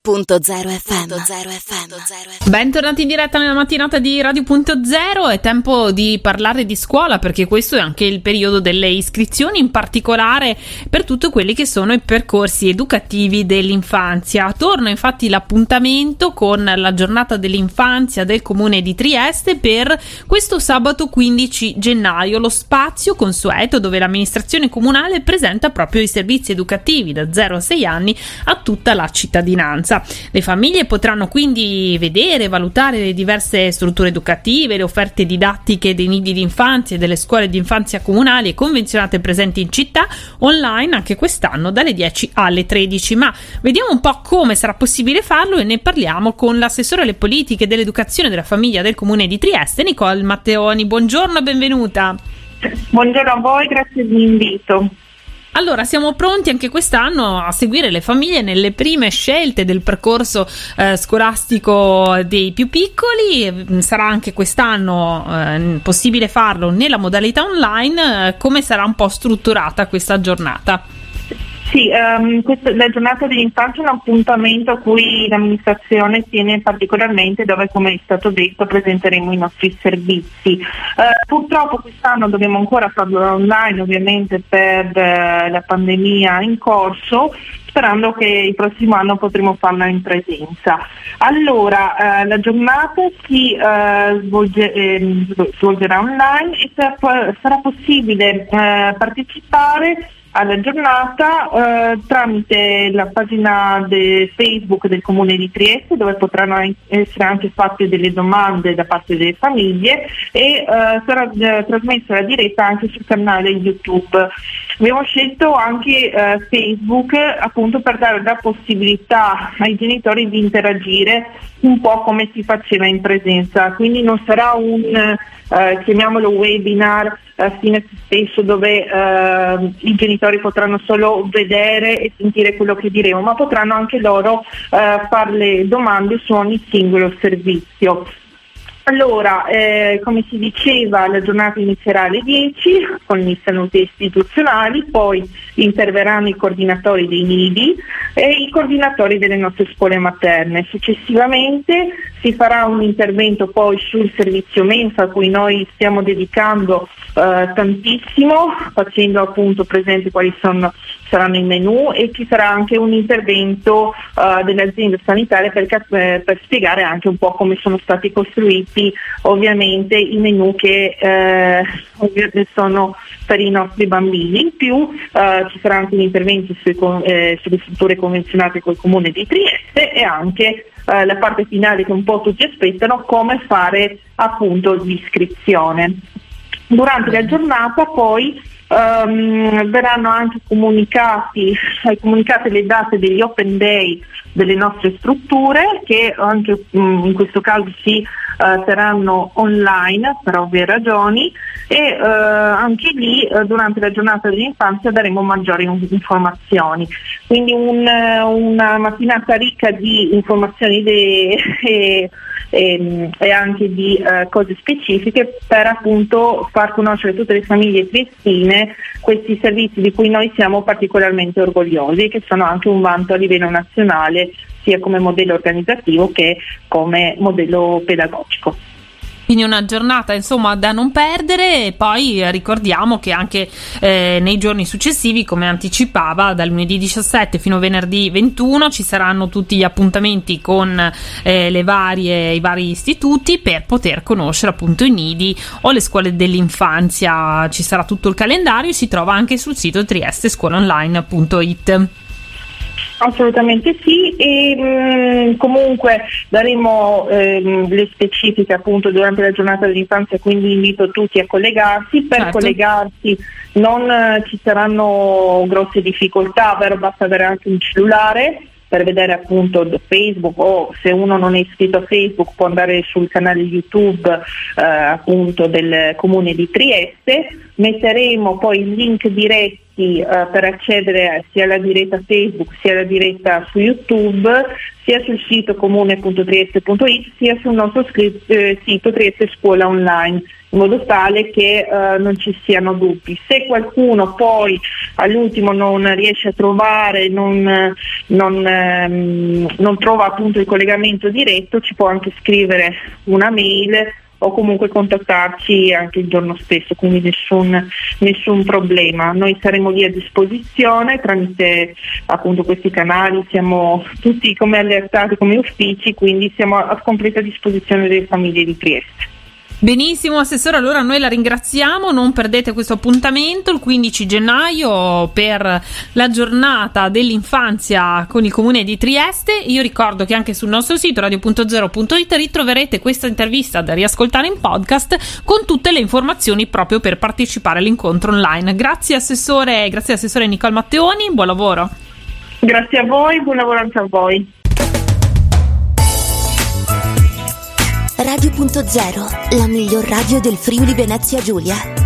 Radio.0 FM. Bentornati in diretta nella mattinata di Radio.0. È tempo di parlare di scuola, perché questo è anche il periodo delle iscrizioni, in particolare per tutti quelli che sono i percorsi educativi dell'infanzia. Torna infatti l'appuntamento con la giornata dell'infanzia del Comune di Trieste per questo sabato 15 gennaio, lo spazio consueto dove l'amministrazione comunale presenta proprio i servizi educativi da 0 a 6 anni a tutta la cittadinanza. Le famiglie potranno quindi vedere e valutare le diverse strutture educative, le offerte didattiche dei nidi d'infanzia e delle scuole di infanzia comunali e convenzionate presenti in città, online anche quest'anno dalle 10 alle 13. Ma vediamo un po' come sarà possibile farlo e ne parliamo con l'assessore alle politiche dell'educazione e della famiglia del Comune di Trieste, Nicole Matteoni. Buongiorno e benvenuta. Buongiorno a voi, grazie dell'invito. Allora, siamo pronti anche quest'anno a seguire le famiglie nelle prime scelte del percorso scolastico dei più piccoli. Sarà anche quest'anno possibile farlo nella modalità online. Come sarà un po' strutturata questa giornata? Sì, la giornata dell'infanzia è un appuntamento a cui l'amministrazione tiene particolarmente, dove, come è stato detto, presenteremo i nostri servizi. Purtroppo quest'anno dobbiamo ancora farlo online, ovviamente per la pandemia in corso, sperando che il prossimo anno potremo farla in presenza. Allora, la giornata si svolgerà online e sarà possibile partecipare alla giornata tramite la pagina Facebook del Comune di Trieste, dove potranno essere anche fatte delle domande da parte delle famiglie, e sarà trasmessa la diretta anche sul canale YouTube. Abbiamo scelto anche Facebook appunto per dare la possibilità ai genitori di interagire un po' come si faceva in presenza, quindi non sarà un chiamiamolo webinar fine a se stesso, dove i genitori potranno solo vedere e sentire quello che diremo, ma potranno anche loro fare le domande su ogni singolo servizio. Allora, come si diceva, la giornata inizierà alle 10 con i saluti istituzionali, poi interverranno i coordinatori dei nidi e i coordinatori delle nostre scuole materne. Successivamente si farà un intervento poi sul servizio mensa, a cui noi stiamo dedicando tantissimo, facendo appunto presente quali saranno i menù, e ci sarà anche un intervento delle aziende sanitarie per spiegare anche un po' come sono stati costruiti ovviamente i menù che sono per i nostri bambini. In più ci sarà anche un intervento sulle strutture convenzionate col Comune di Trieste, e anche la parte finale che un po' tutti aspettano, come fare appunto l'iscrizione. Durante la giornata poi verranno anche comunicate le date degli open day delle nostre strutture, che anche in questo caso si terranno online per ovvie ragioni, e anche lì durante la giornata dell'infanzia daremo maggiori informazioni. Quindi una mattinata ricca di informazioni e anche di cose specifiche per appunto far conoscere a tutte le famiglie triestine questi servizi di cui noi siamo particolarmente orgogliosi, che sono anche un vanto a livello nazionale, sia come modello organizzativo che come modello pedagogico. Quindi una giornata insomma da non perdere. E poi ricordiamo che anche nei giorni successivi, come anticipava, dal lunedì 17 fino a venerdì 21 ci saranno tutti gli appuntamenti con i vari istituti per poter conoscere appunto i nidi o le scuole dell'infanzia. Ci sarà tutto il calendario, si trova anche sul sito triestescuolaonline.it. Assolutamente sì, e comunque daremo le specifiche appunto durante la giornata dell'infanzia, quindi invito tutti a collegarsi. Per certo. Collegarsi non ci saranno grosse difficoltà, basta avere anche un cellulare per vedere appunto Facebook, o se uno non è iscritto a Facebook può andare sul canale YouTube appunto del Comune di Trieste. Metteremo poi il link diretto diretti per accedere sia alla diretta Facebook sia alla diretta su YouTube, sia sul sito comune.trieste.it sia sul nostro sito Trieste Scuola Online, in modo tale che non ci siano dubbi. Se qualcuno poi all'ultimo non riesce a trovare, non trova appunto il collegamento diretto, ci può anche scrivere una mail o comunque contattarci anche il giorno stesso, quindi nessun problema. Noi saremo lì a disposizione tramite appunto questi canali, siamo tutti come allertati come uffici, quindi siamo a completa disposizione delle famiglie di Trieste. Benissimo, Assessore, allora noi la ringraziamo, non perdete questo appuntamento il 15 gennaio per la giornata dell'infanzia con il Comune di Trieste. Io ricordo che anche sul nostro sito radio.0.it ritroverete questa intervista da riascoltare in podcast con tutte le informazioni proprio per partecipare all'incontro online. Grazie Assessore Nicole Matteoni, buon lavoro. Grazie a voi, buon lavoro anche a voi. Radio.0, la miglior radio del Friuli Venezia Giulia.